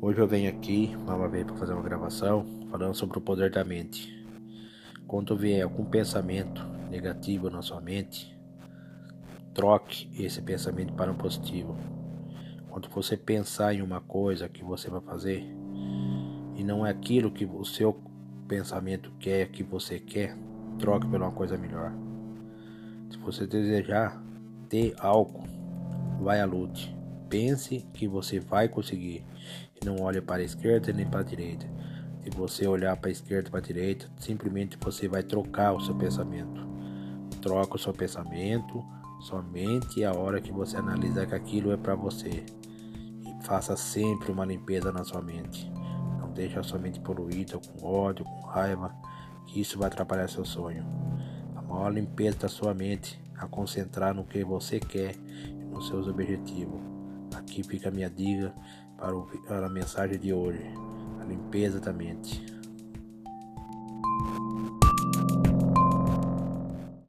Hoje eu venho aqui, mais uma vez, para fazer uma gravação falando sobre o poder da mente. Quando vier algum pensamento negativo na sua mente, troque esse pensamento para um positivo. Quando você pensar em uma coisa que você vai fazer e não é aquilo que o seu pensamento quer, que você quer, troque por uma coisa melhor. Se você desejar ter algo, vai à luta. Pense que você vai conseguir e não olhe para a esquerda nem para a direita. Se você olhar para a esquerda e para a direita, simplesmente você vai trocar o seu pensamento. Troca o seu pensamento somente a hora que você analisar que aquilo é para você. E faça sempre uma limpeza na sua mente. Não deixe a sua mente poluída com ódio, com raiva, que isso vai atrapalhar seu sonho. A maior limpeza da sua mente é concentrar no que você quer e nos seus objetivos. Aqui fica a minha dica para a mensagem de hoje: a limpeza da mente.